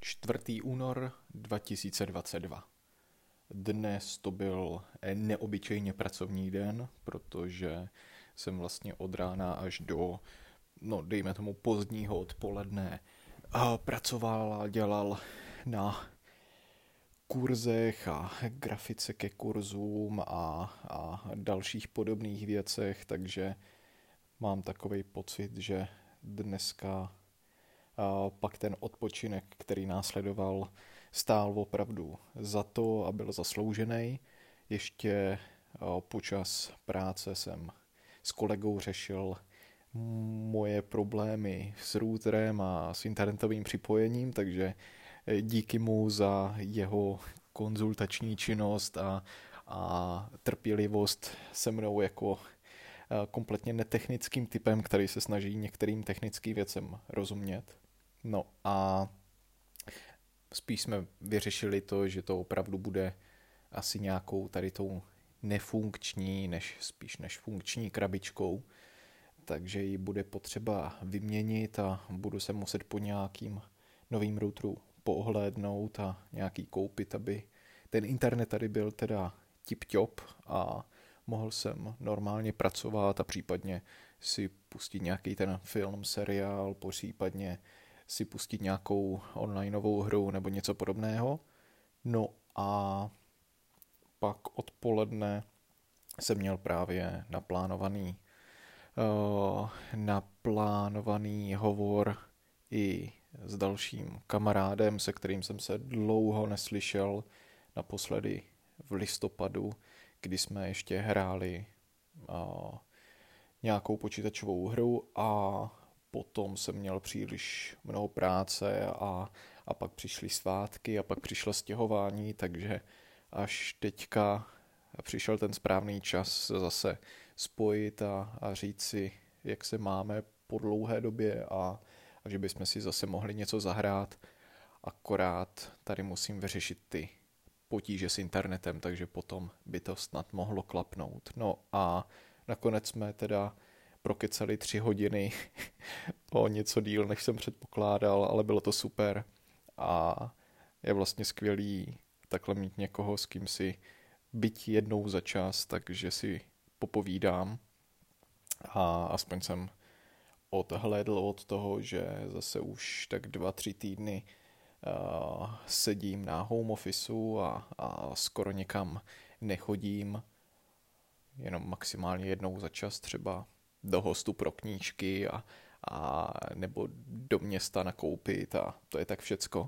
4. únor 2022. Dnes to byl neobyčejně pracovní den, protože jsem vlastně od rána až do, dejme tomu pozdního odpoledne pracoval a dělal na kurzech a grafice ke kurzům a dalších podobných věcech, takže mám takový pocit, že dneska pak ten odpočinek, který následoval, stál opravdu za to a byl zasloužený. Ještě počas práce jsem s kolegou řešil moje problémy s routerem a s internetovým připojením, takže díky mu za jeho konzultační činnost a trpělivost se mnou jako kompletně netechnickým typem, který se snaží některým technickým věcem rozumět. No a spíš jsme vyřešili to, že to opravdu bude asi nějakou tady tou nefunkční, než funkční krabičkou, takže ji bude potřeba vyměnit a budu se muset po nějakým novým routeru poohlédnout a nějaký koupit, aby ten internet tady byl teda tip-top a mohl jsem normálně pracovat a případně si pustit nějaký ten film, seriál, případně si pustit nějakou onlineovou hru nebo něco podobného. No a pak odpoledne jsem měl právě naplánovaný hovor i s dalším kamarádem, se kterým jsem se dlouho neslyšel, naposledy v listopadu, kdy jsme ještě hráli nějakou počítačovou hru a potom jsem měl příliš mnoho práce a pak přišly svátky a pak přišlo stěhování, takže až teďka přišel ten správný čas zase spojit a říct si, jak se máme po dlouhé době a že bychom si zase mohli něco zahrát. Akorát tady musím vyřešit ty potíže s internetem, takže potom by to snad mohlo klapnout. No a nakonec jsme teda prokecali 3 hodiny o něco díl, než jsem předpokládal, ale bylo to super a je vlastně skvělý takhle mít někoho, s kým si byť jednou za čas, takže si popovídám a aspoň jsem odhlédl od toho, že zase už tak 2-3 týdny sedím na home officeu a skoro někam nechodím, jenom maximálně jednou za čas třeba do hostu pro knížky a nebo do města nakoupit a to je tak všecko.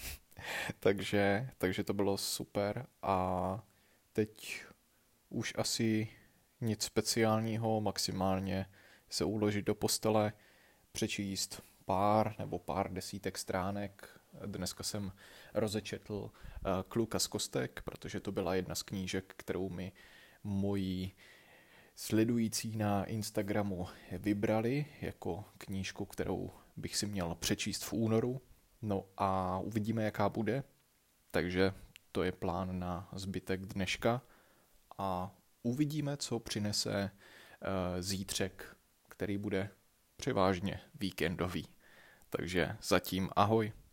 takže to bylo super a teď už asi nic speciálního, maximálně se uložit do postele, přečíst pár desítek stránek. Dneska jsem rozečetl Kluka z kostek, protože to byla jedna z knížek, kterou mi moji sledující na Instagramu vybrali jako knížku, kterou bych si měl přečíst v únoru. No a uvidíme, jaká bude. Takže to je plán na zbytek dneška a uvidíme, co přinese zítřek, který bude převážně víkendový. Takže zatím ahoj.